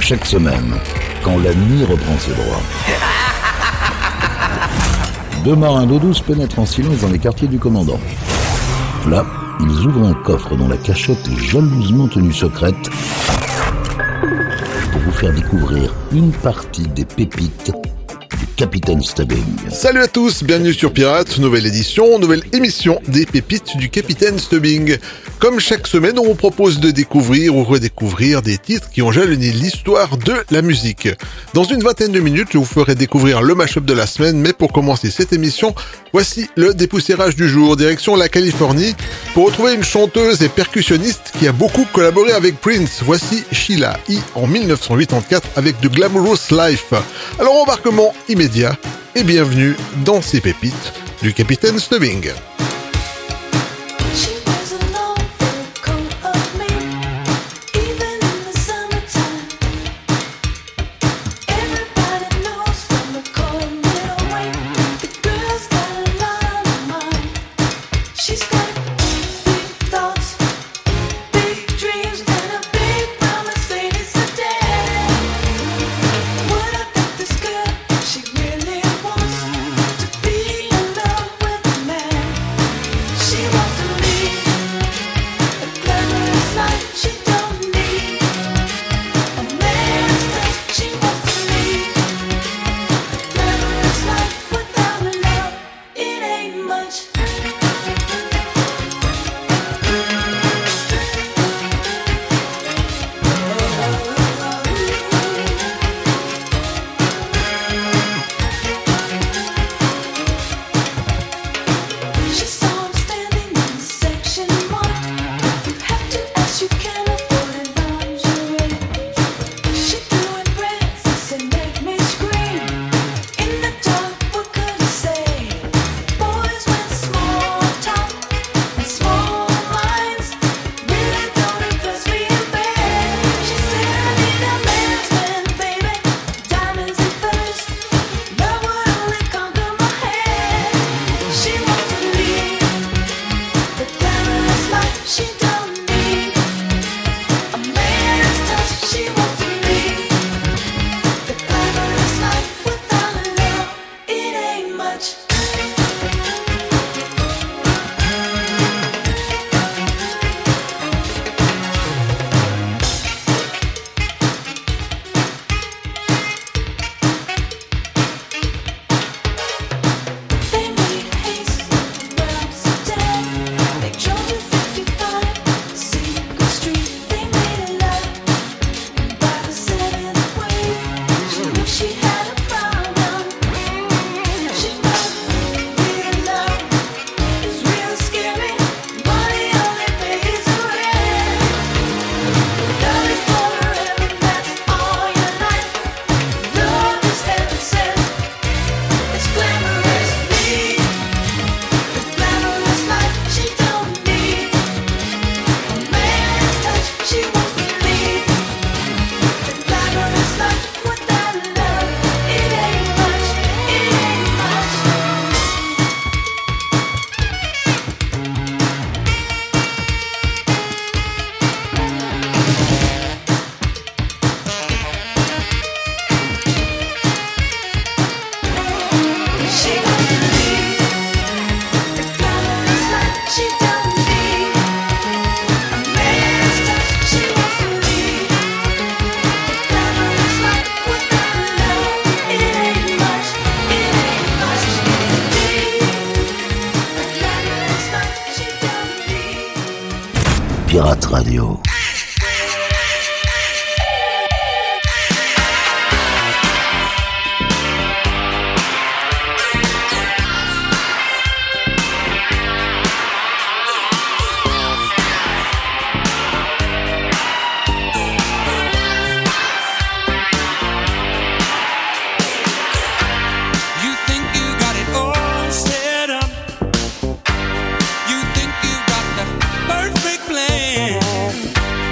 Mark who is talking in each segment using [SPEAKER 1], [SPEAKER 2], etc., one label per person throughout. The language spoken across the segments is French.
[SPEAKER 1] Chaque semaine, quand la nuit reprend ses droits. Deux marins d'eau douce pénètrent en silence dans les quartiers du commandant. Là, ils ouvrent un coffre dont la cachette est jalousement tenue secrète pour vous faire découvrir une partie des pépites du Capitaine Stubbing.
[SPEAKER 2] Salut à tous, bienvenue sur Pirates, nouvelle édition, nouvelle émission des pépites du Capitaine Stubbing. Comme chaque semaine, on vous propose de découvrir ou redécouvrir des titres qui ont jalonné l'histoire de la musique. Dans une vingtaine de minutes, je vous ferai découvrir le mash-up de la semaine, mais pour commencer cette émission, voici le dépoussiérage du jour, direction la Californie, pour retrouver une chanteuse et percussionniste qui a beaucoup collaboré avec Prince. Voici Sheila E. en 1984 avec The Glamorous Life. Alors embarquement immédiat et bienvenue dans ces pépites du Capitaine Stubbing.
[SPEAKER 1] Pirate Radio.
[SPEAKER 3] Perfect plan.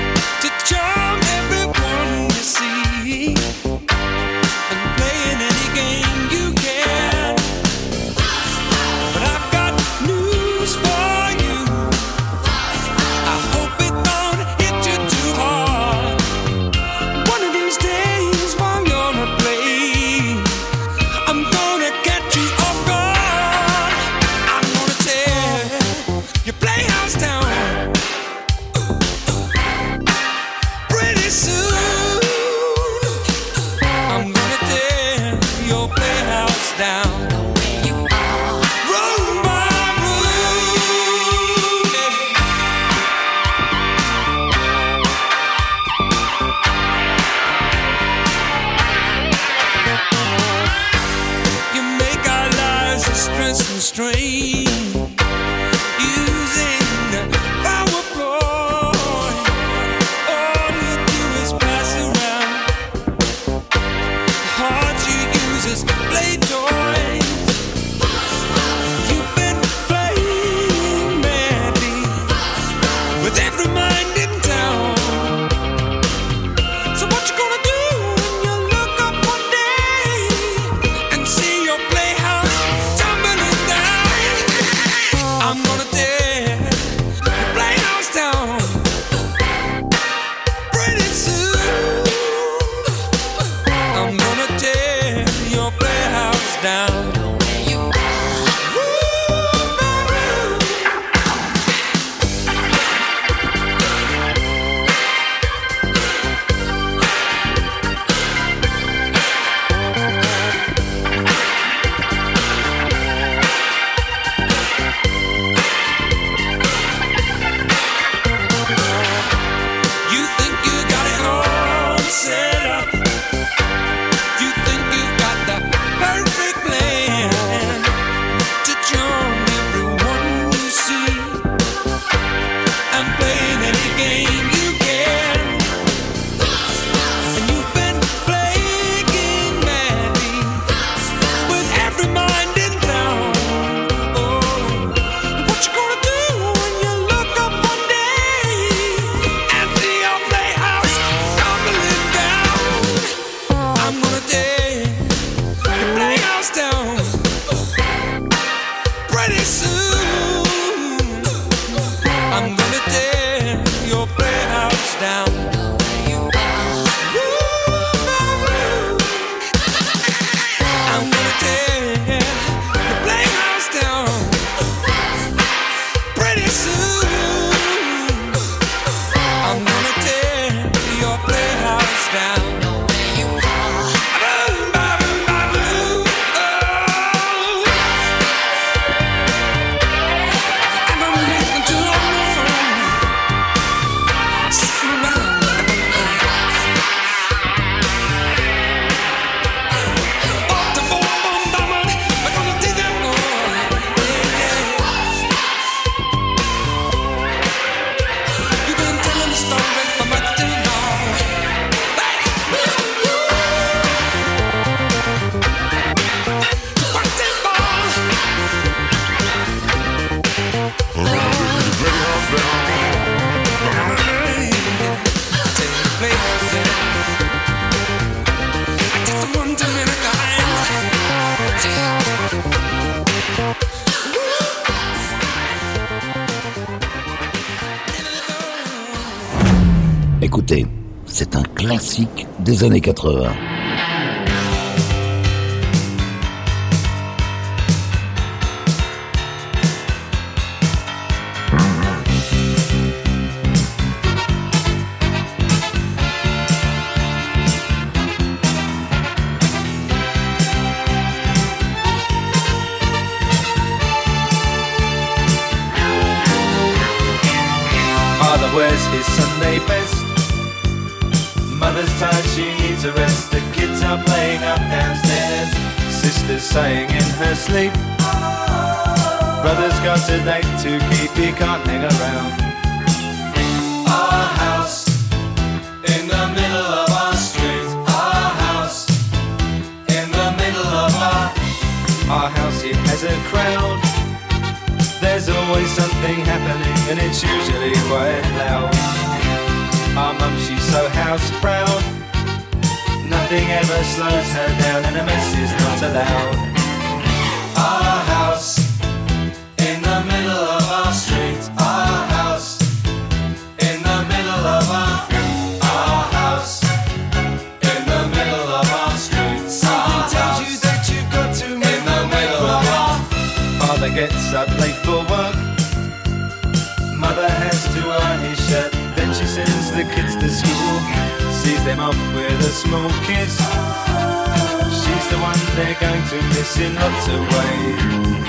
[SPEAKER 1] écoutez, c'est un classique des années 80.
[SPEAKER 3] Wears his Sunday best. Mother's tired, she needs a rest. The kids are playing up downstairs. Sister's sighing in her sleep. Brother's got a date to keep, he can't hang around. Our house in the middle of our street. Our house in the middle of our house. It has a crowd. There's always something happening and it's usually quite loud. Our mum, she's so house proud. Nothing ever slows her down and a mess is not allowed. Our house in the middle of our street. Our house in the middle of our house in the middle of our street. Something tells you that you've got to move in the middle of our. Father gets up late for work. Mother has to iron his shirt. Then she sends the kids to school. Sees them off with a small kiss. She's the one they're going to miss in lots of ways.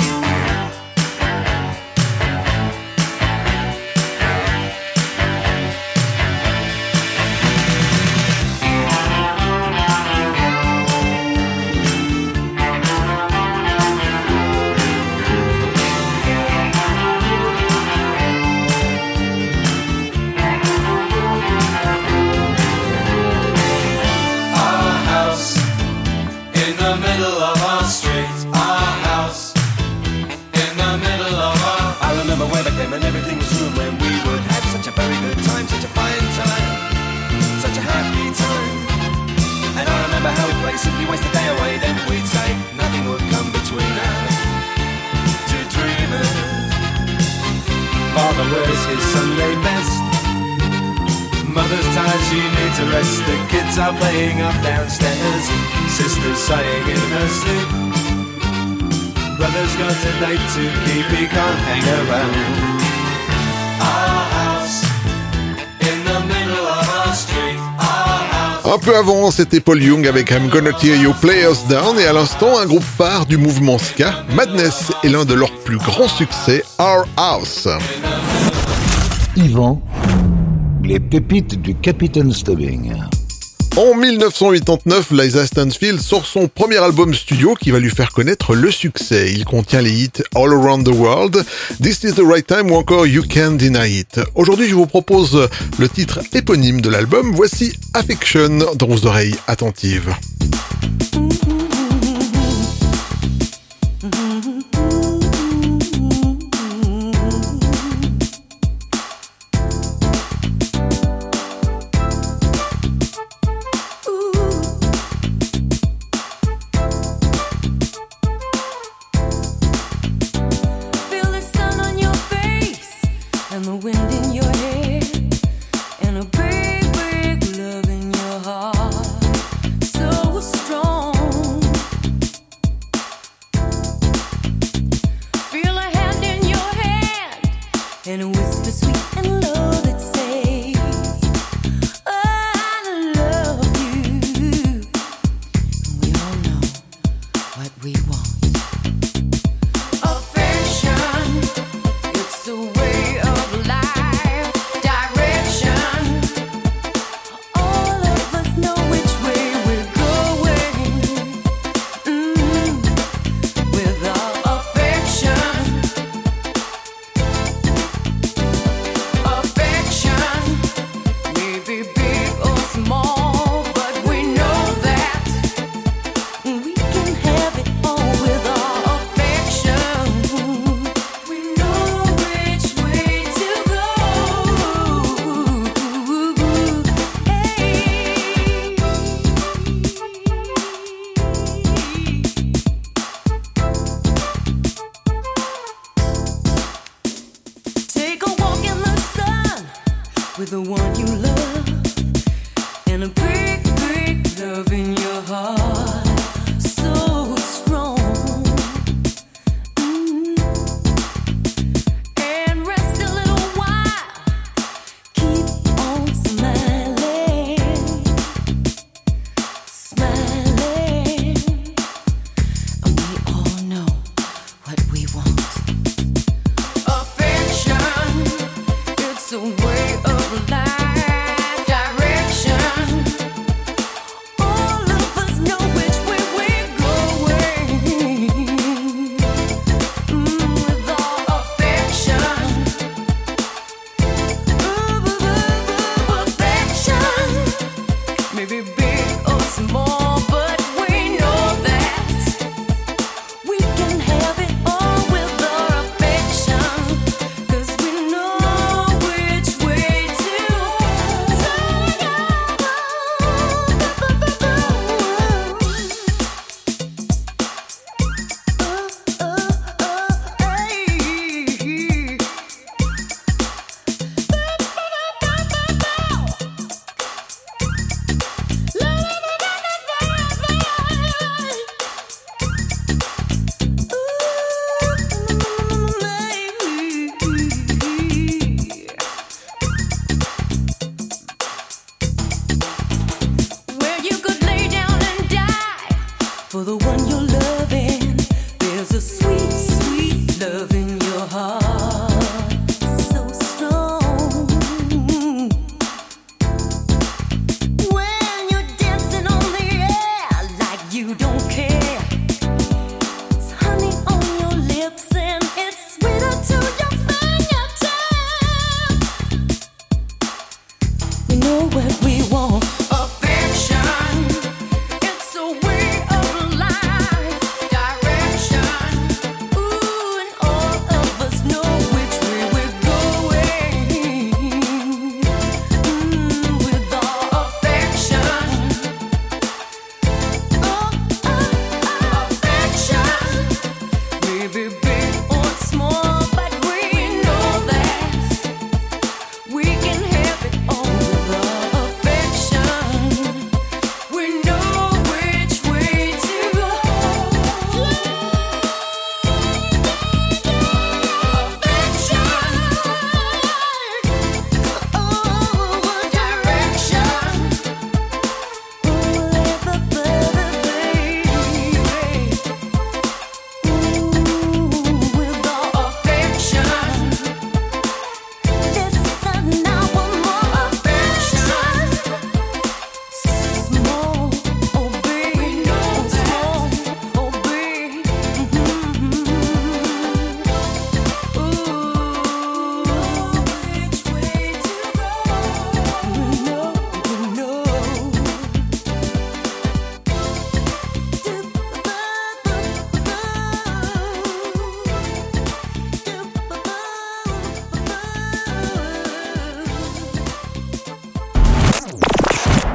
[SPEAKER 3] And everything was room when we would have such a very good time, such a fine time, such a happy time. And I remember how we'd play, simply waste the day away. Then we'd say nothing would come between us, two dreamers. Father wears his Sunday best. Mother's tired, she needs a rest. The kids are playing up downstairs. Sister's sighing in her sleep. Brother's got a date to keep, he can't hang around. Our house in the middle of our street.
[SPEAKER 2] Un peu avant, c'était Paul Young avec I'm Gonna Tear You Play Us Down, et à l'instant, un groupe phare du mouvement ska, Madness, et l'un de leurs plus grands succès, Our House.
[SPEAKER 1] Yvan, les pépites du Capitaine Stubbing.
[SPEAKER 2] En 1989, Liza Stansfield sort son premier album studio qui va lui faire connaître le succès. Il contient les hits All Around the World, This is the Right Time ou encore You Can't Deny It. Aujourd'hui, je vous propose le titre éponyme de l'album. Voici Affection dans vos oreilles attentives.
[SPEAKER 4] So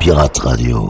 [SPEAKER 1] Pirate Radio.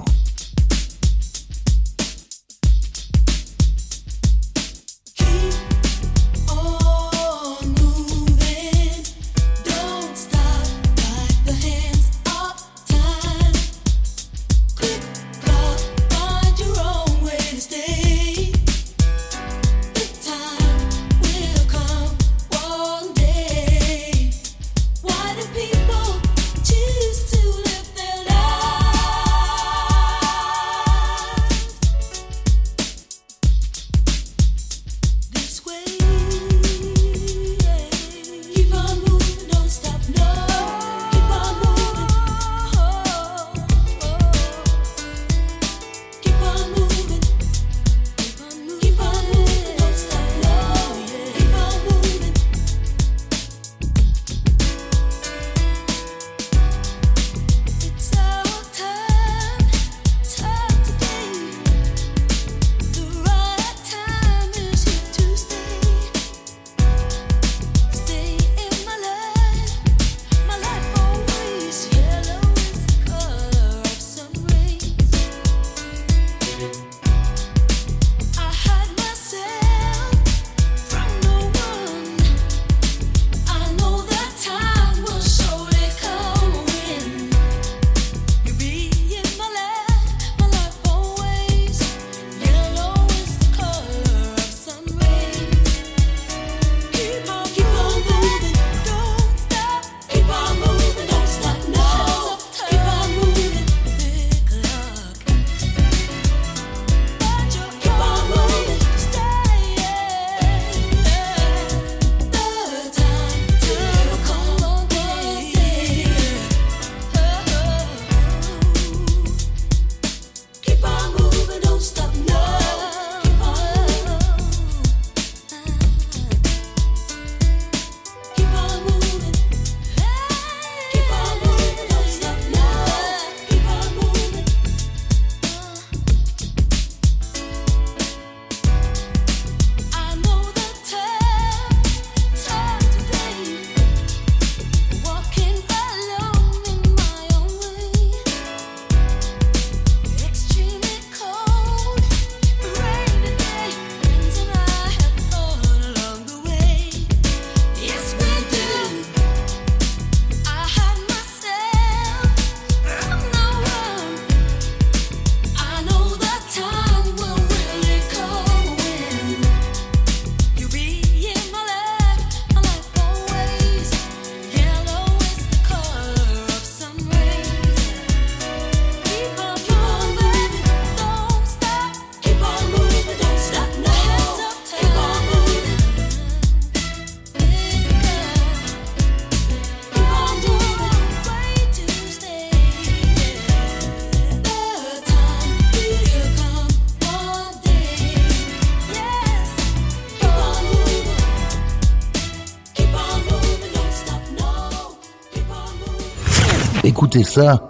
[SPEAKER 1] Écoutez ça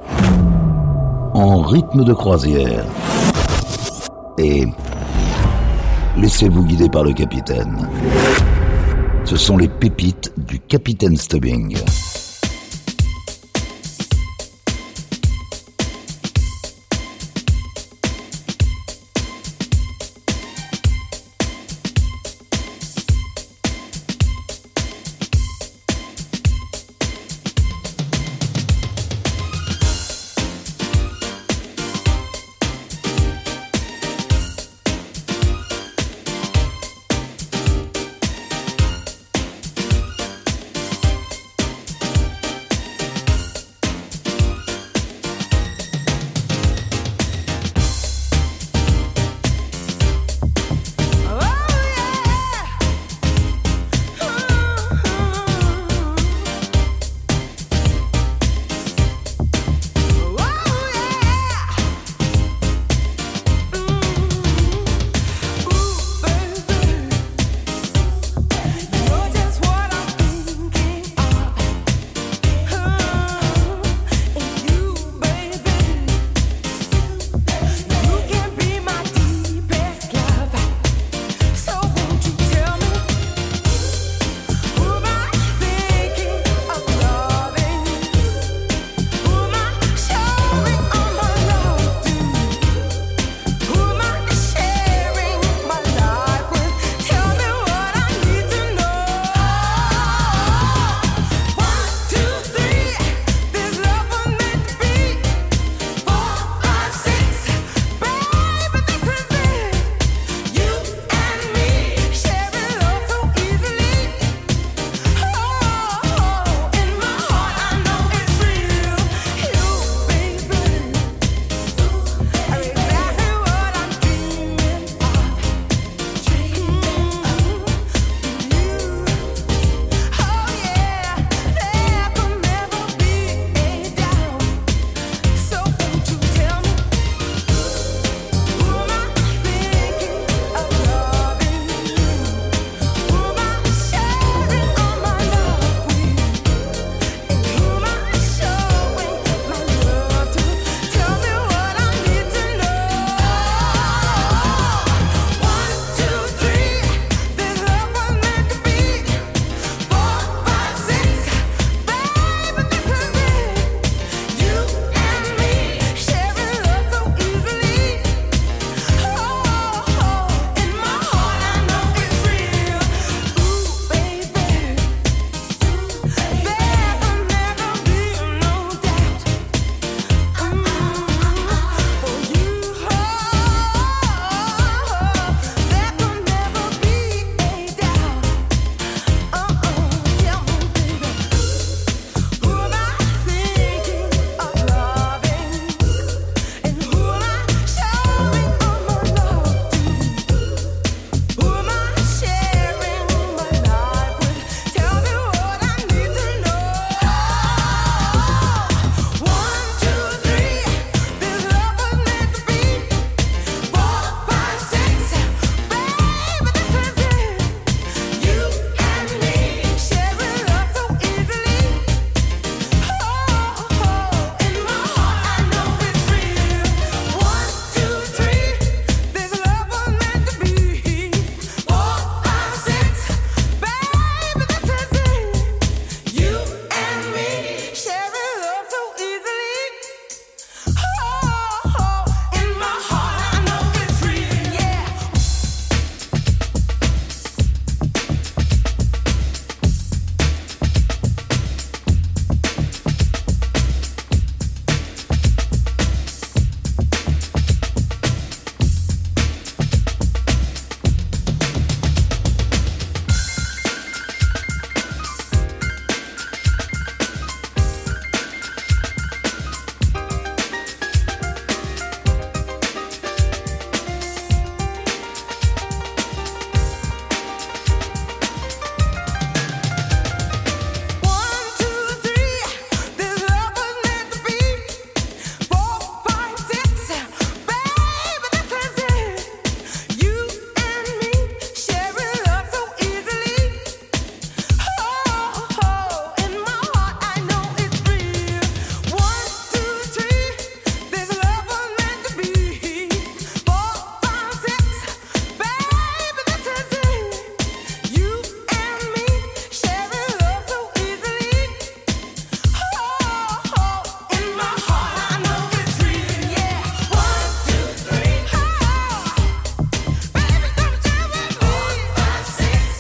[SPEAKER 1] en rythme de croisière. Et laissez-vous guider par le capitaine. Ce sont les pépites du Capitaine Stubbing.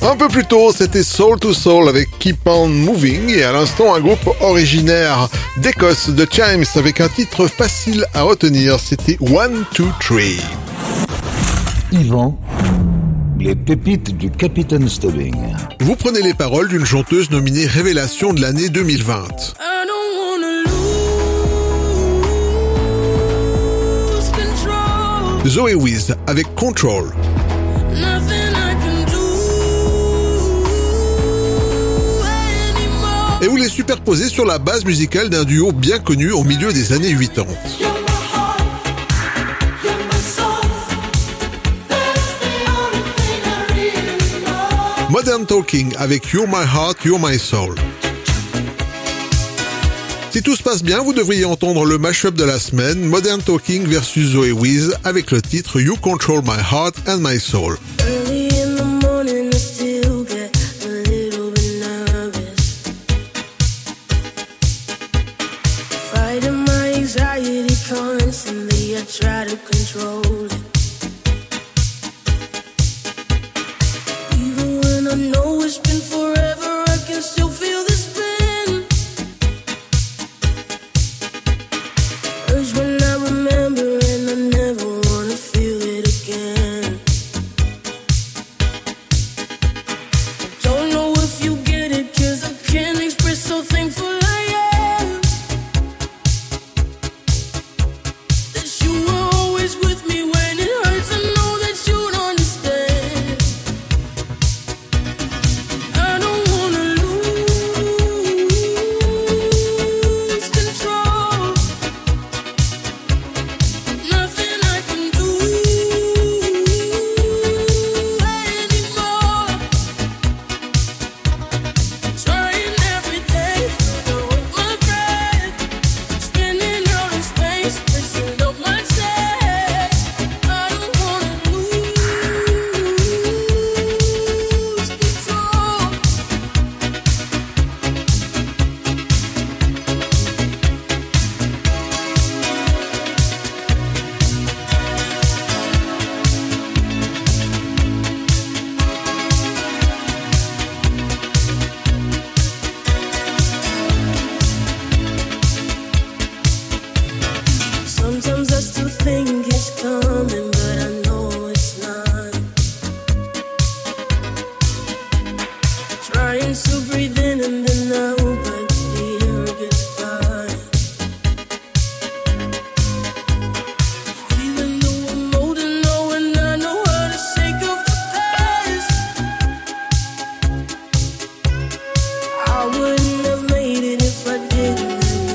[SPEAKER 2] Un peu plus tôt, c'était Soul to Soul avec Keep On Moving et à l'instant un groupe originaire d'Écosse, de Chimes, avec un titre facile à retenir, c'était 1, 2, 3.
[SPEAKER 1] Yvan, les pépites du Capitaine Stubbing.
[SPEAKER 2] Vous prenez les paroles d'une chanteuse nominée Révélation de l'année 2020. Zoé Wiz avec Control. Et vous les superposez sur la base musicale d'un duo bien connu au milieu des années 80. Modern Talking avec You're My Heart, You're My Soul. Si tout se passe bien, vous devriez entendre le mash-up de la semaine, Modern Talking versus Zoé Wiz avec le titre You Control My Heart and My Soul.
[SPEAKER 4] Try to control it. Even when I know it's been forever, I can still feel the spin. Urge when I remember, and I never wanna feel it again. Don't know if you get it, 'cause I can't express how thankful I am. With me when it hurts, I know that you'd understand. I don't wanna lose control. Nothing I can do anymore. Trying every day to hold my breath, spinning out in space, missing up my chest. Sometimes I still think it's coming, but I know it's not. Trying to breathe in and then out, but the air gets by. Even though I'm old and know, and I know how to shake off the past, I wouldn't have made it if I didn't.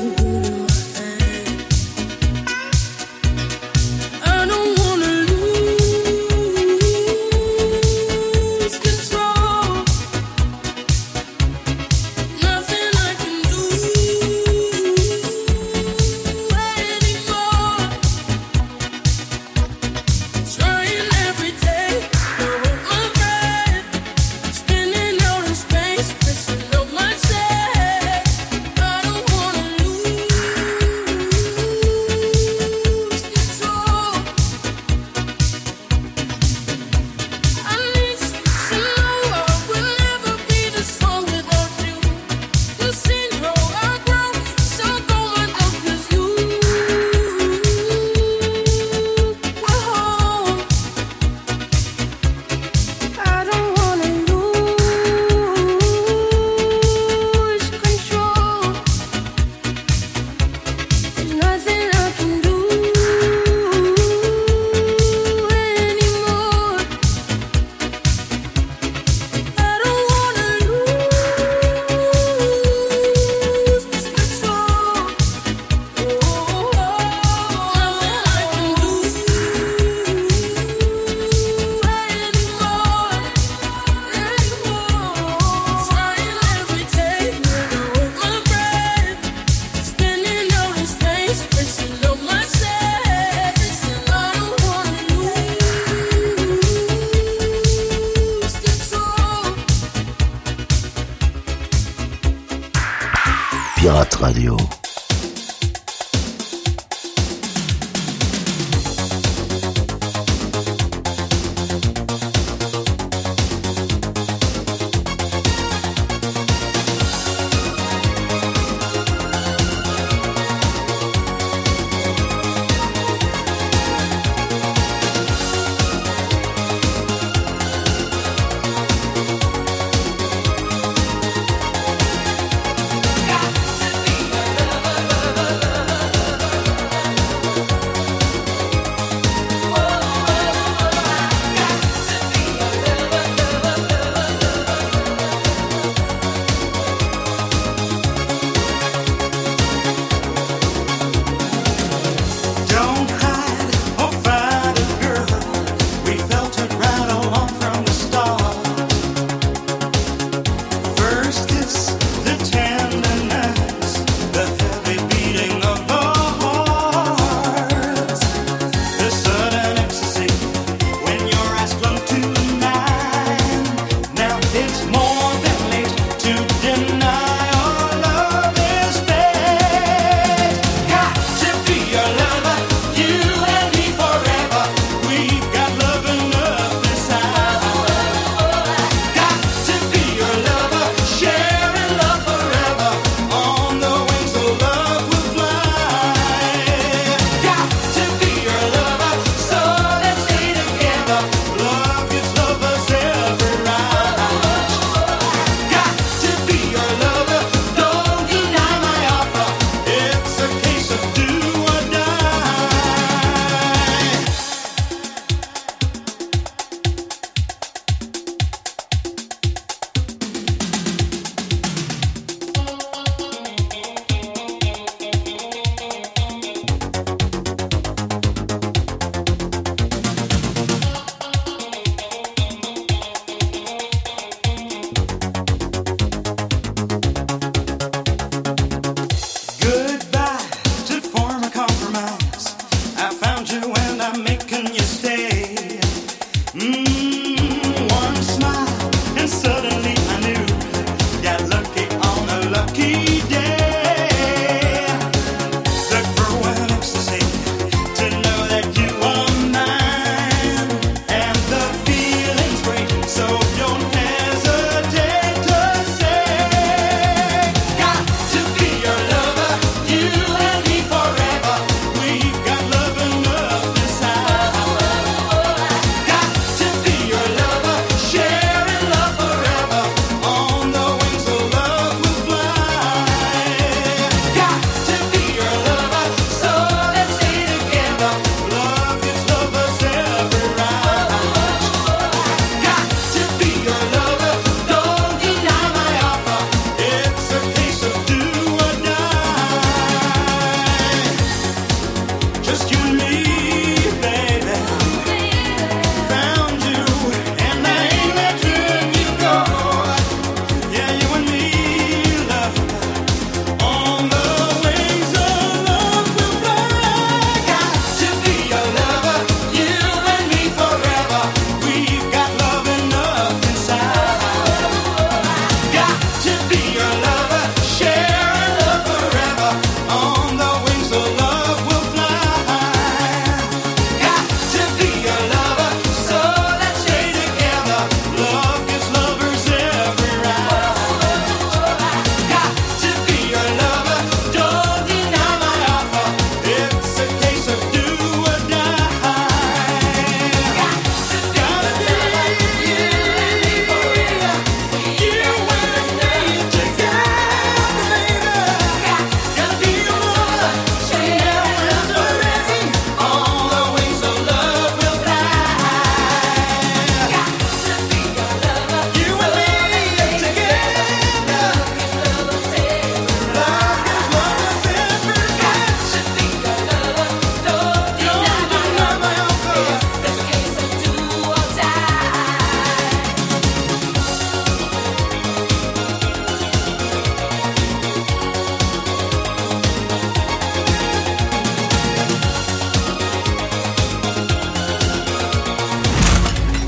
[SPEAKER 1] Pirate Radio.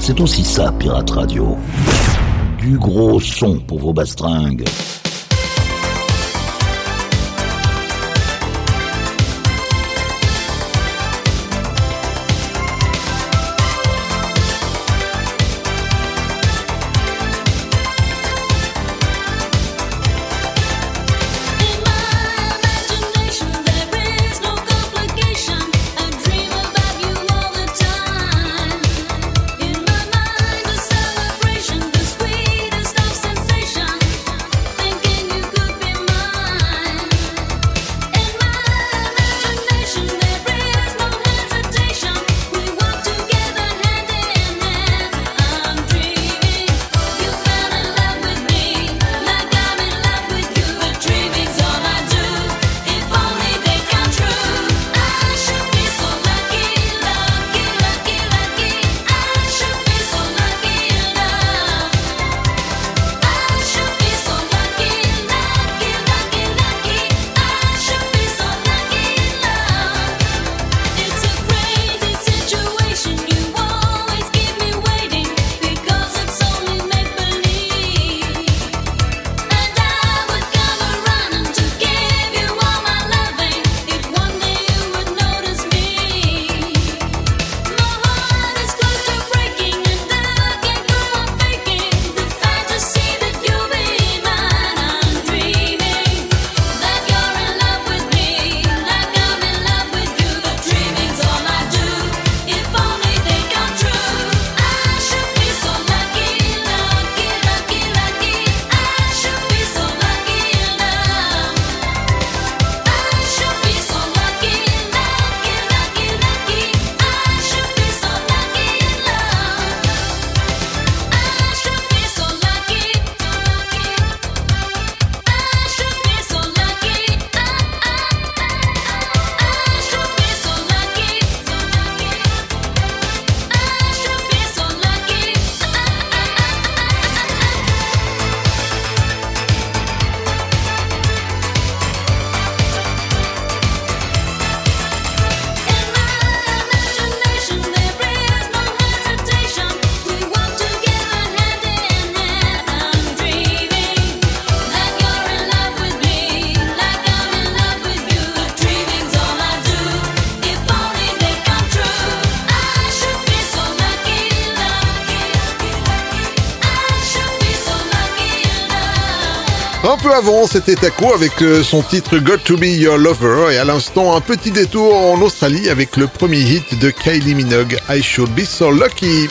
[SPEAKER 1] C'est aussi ça, Pirate Radio. Du gros son pour vos bastringues.
[SPEAKER 2] Un peu avant, c'était Taco avec son titre Got to Be Your Lover et à l'instant un petit détour en Australie avec le premier hit de Kylie Minogue, I Should Be So Lucky.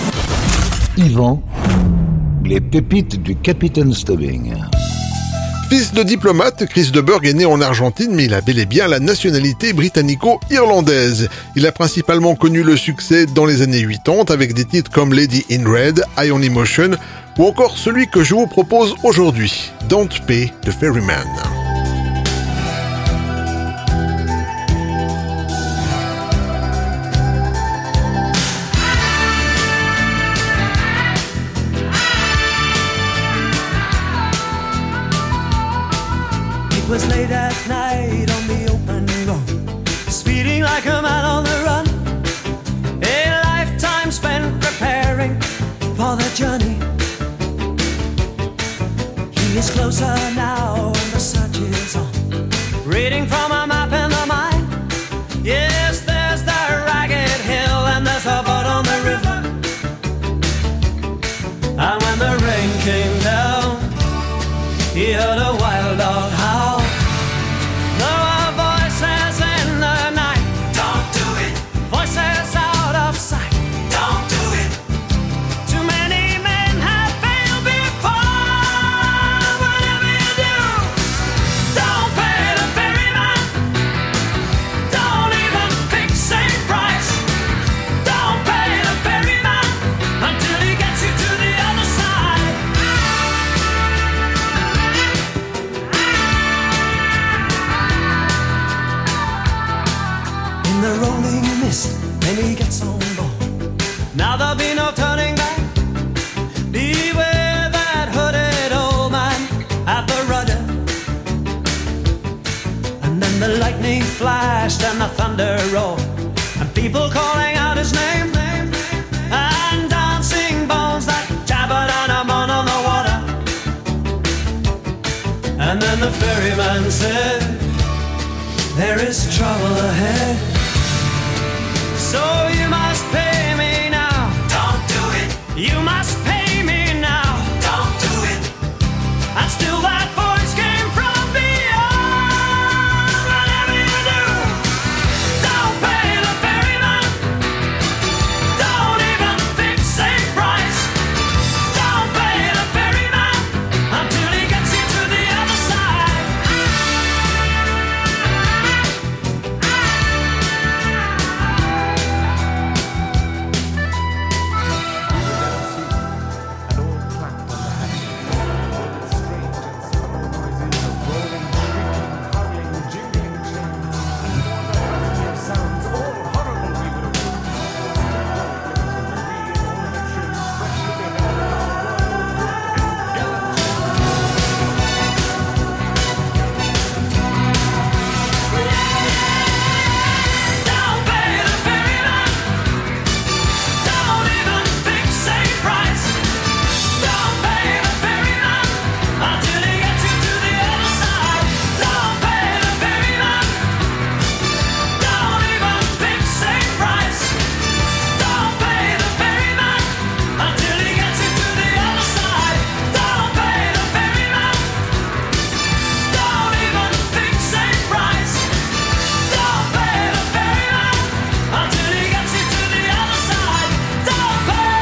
[SPEAKER 1] Yvan, les pépites du Capitaine Stubbing.
[SPEAKER 2] Fils de diplomate, Chris de Burgh est né en Argentine, mais il a bel et bien la nationalité britannico-irlandaise. Il a principalement connu le succès dans les années 80 avec des titres comme Lady in Red, High on Emotion ou encore celui que je vous propose aujourd'hui, Don't Pay the Ferryman.
[SPEAKER 5] It was late at night on the open road, speeding like a man on the run. A lifetime spent preparing for the journey. He is closer now and the search is on, reading from a map in the mind. Yes, there's the ragged hill and there's a boat on the river. And when the rain came down, he heard a wild dog howl. There were voices in the night. Don't do it. Voices out of sight. Don't do it. Too many men have failed before. Whatever you do, don't pay the ferryman. Don't even fix a price. Don't pay the ferryman until he gets you to the other side. In the rolling mist, when he gets on board, now there'll be no turning back. Beware that hooded old man at the rudder. And then the lightning flashed and the thunder roared, and people calling out his name and dancing the ferryman said, there is trouble ahead, so you must pay me now. Don't do it. You must pay me now. Don't do it. And still that voice came from beyond. Whatever you do, don't pay the ferryman. Don't even think same price. Don't pay the ferryman until he gets you to the other side. Don't pay the ferryman. Don't even think same price. Don't pay the ferryman until he gets you to the other side. Don't pay the ferryman. Don't even think same price. Don't pay the ferryman until he gets you to the other side. Don't pay the ferryman. Don't even think same price. Don't pay the ferryman until he gets you to the other side. Don't pay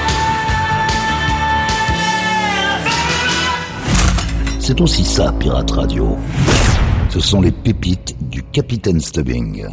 [SPEAKER 5] the ferryman.
[SPEAKER 1] C'est aussi ça, Pirate Radio. Ce sont les pépites du Capitaine Stubbing.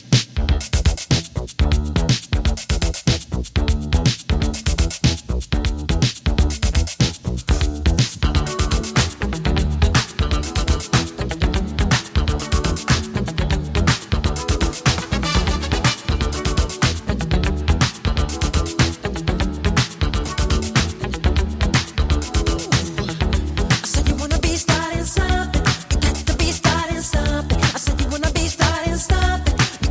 [SPEAKER 6] I said you wanna be starting something. You got to be starting something. I said you wanna be starting something.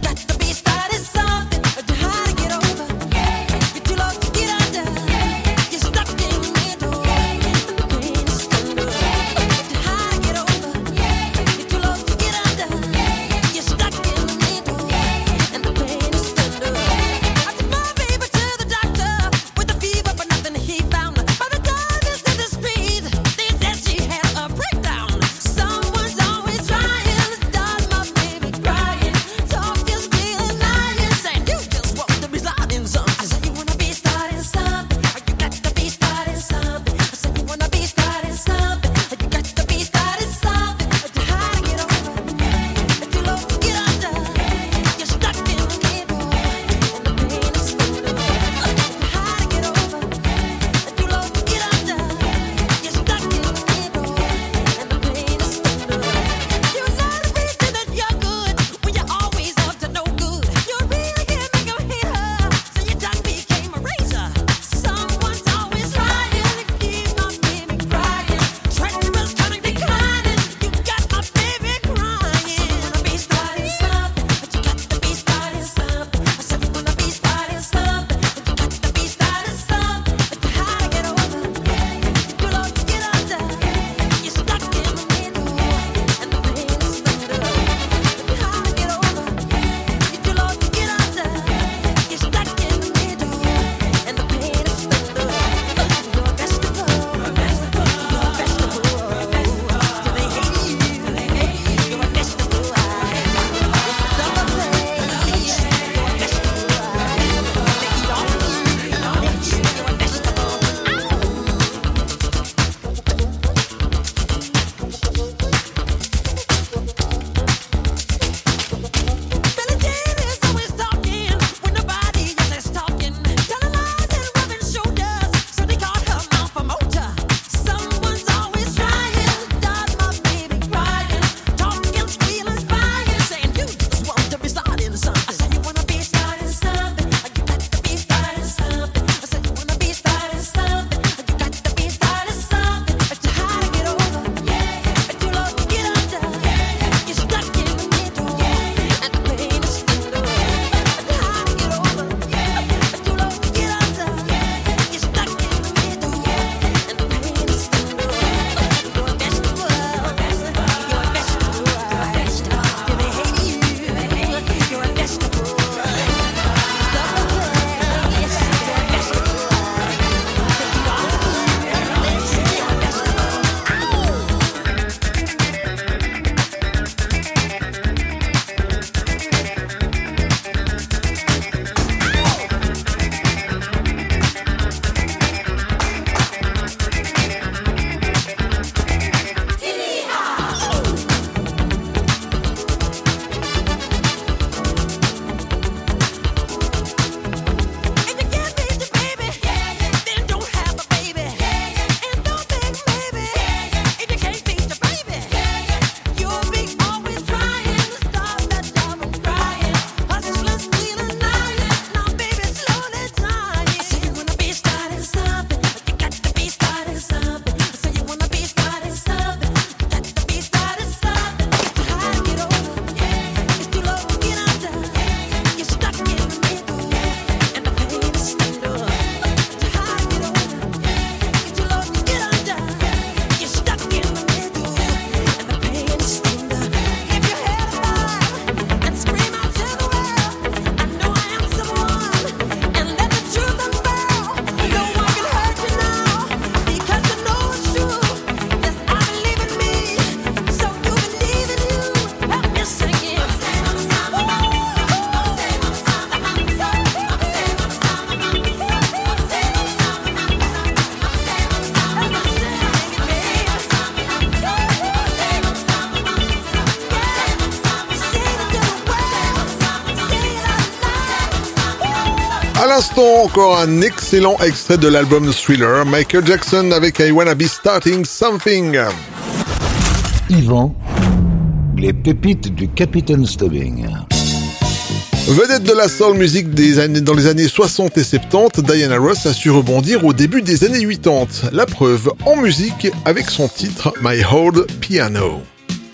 [SPEAKER 2] À l'instant, encore un excellent extrait de l'album Thriller, Michael Jackson avec I Wanna Be Starting Something.
[SPEAKER 1] Yvan, les pépites du Capitaine Stubbing.
[SPEAKER 2] Vedette de la soul music dans les années 60 et 70, Diana Ross a su rebondir au début des années 80. La preuve en musique avec son titre My Old Piano.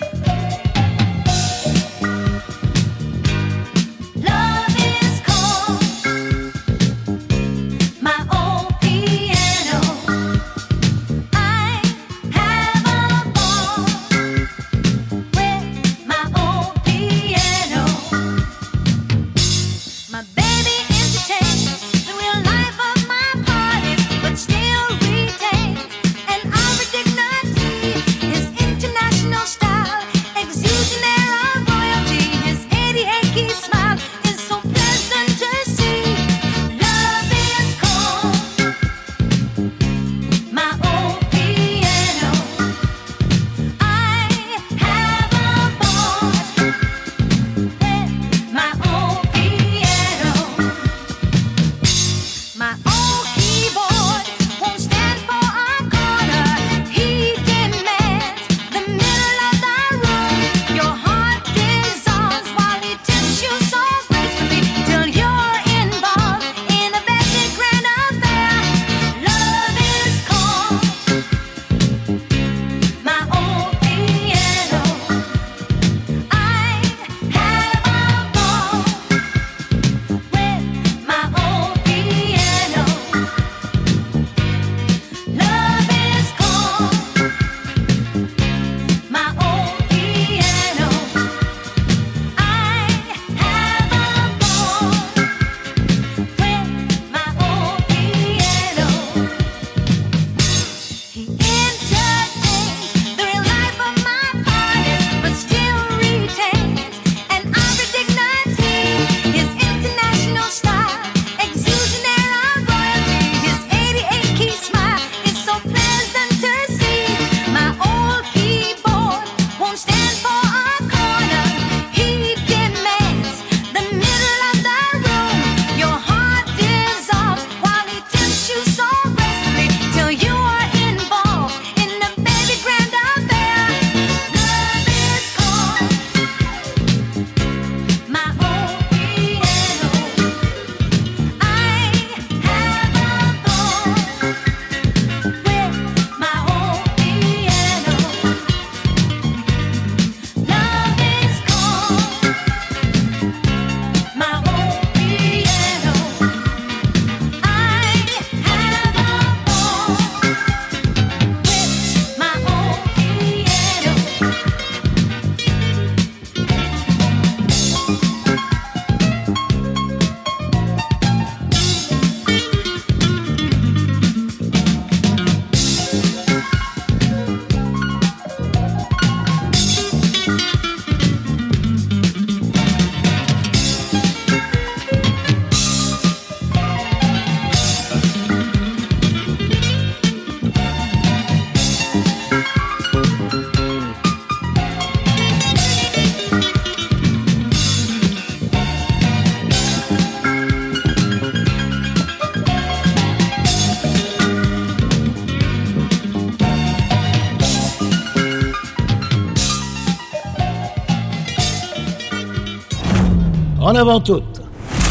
[SPEAKER 1] En avant toutes,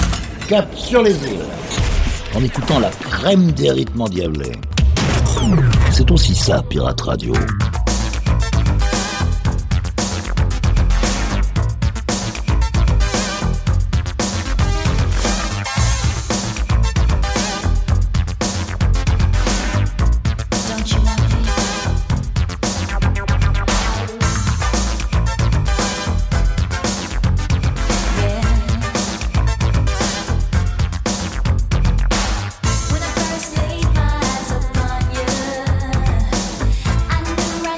[SPEAKER 1] cap sur les îles, en écoutant la crème des rythmes endiablés. C'est aussi ça, Pirate Radio.
[SPEAKER 6] When I first laid my eyes upon you, I knew right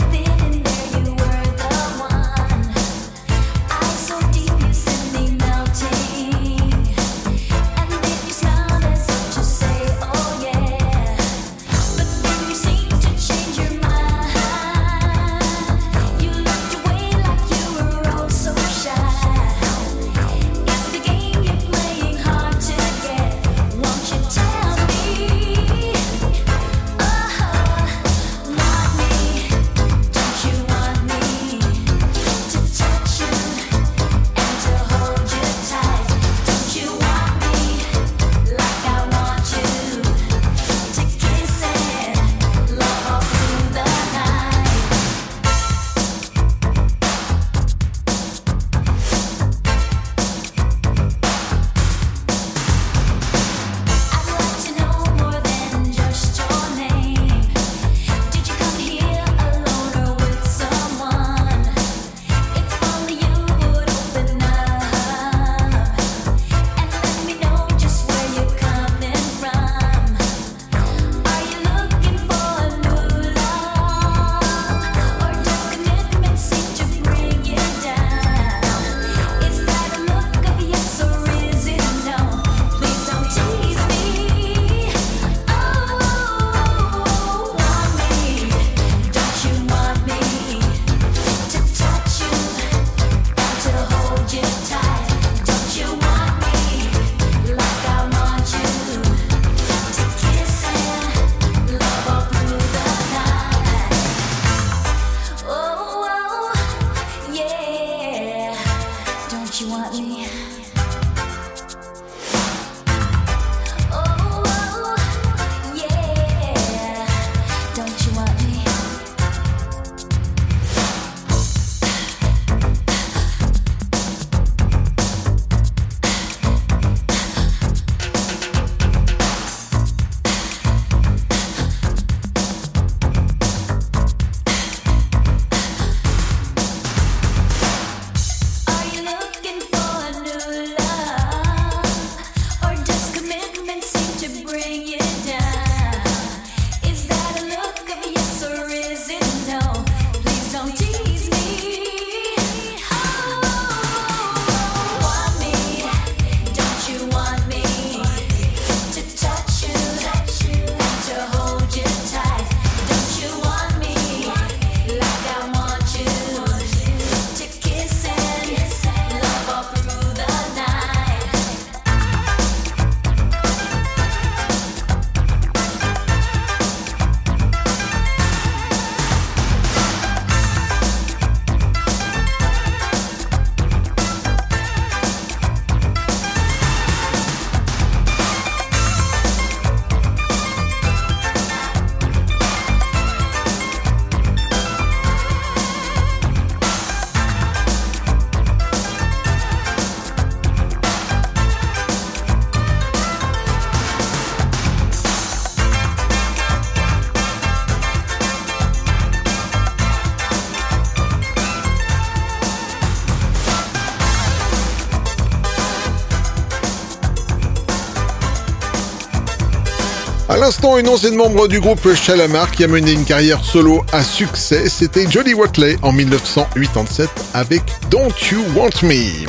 [SPEAKER 2] À l'instant, une ancienne membre du groupe Shalamar qui a mené une carrière solo à succès, c'était Jodie Watley en 1987 avec Don't You Want Me.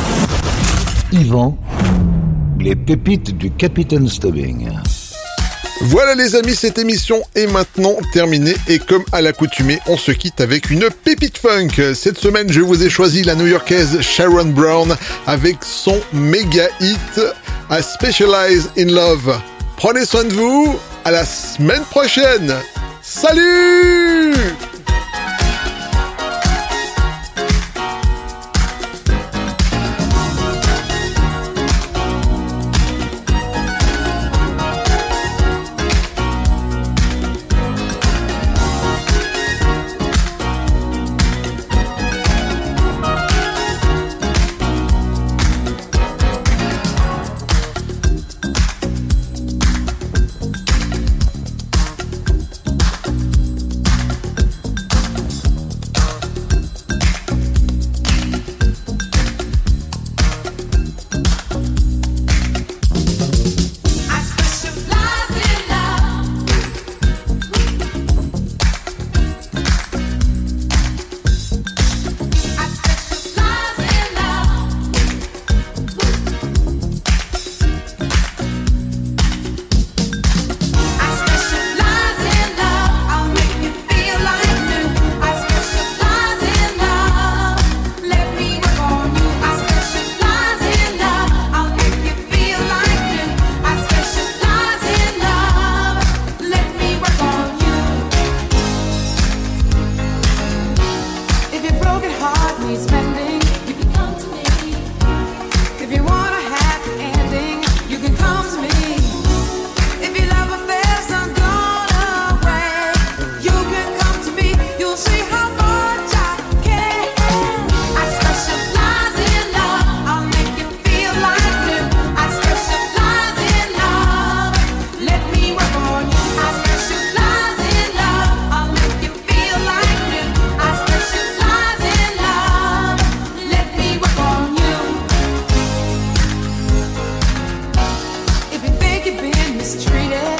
[SPEAKER 1] Yvan, les pépites du Capitaine Stubbing.
[SPEAKER 2] Voilà les amis, cette émission est maintenant terminée et comme à l'accoutumée, on se quitte avec une pépite funk. Cette semaine, je vous ai choisi la new-yorkaise Sharon Brown avec son méga hit I Specialize in Love. Prenez soin de vous, à la semaine prochaine. Salut!
[SPEAKER 6] Mistreated.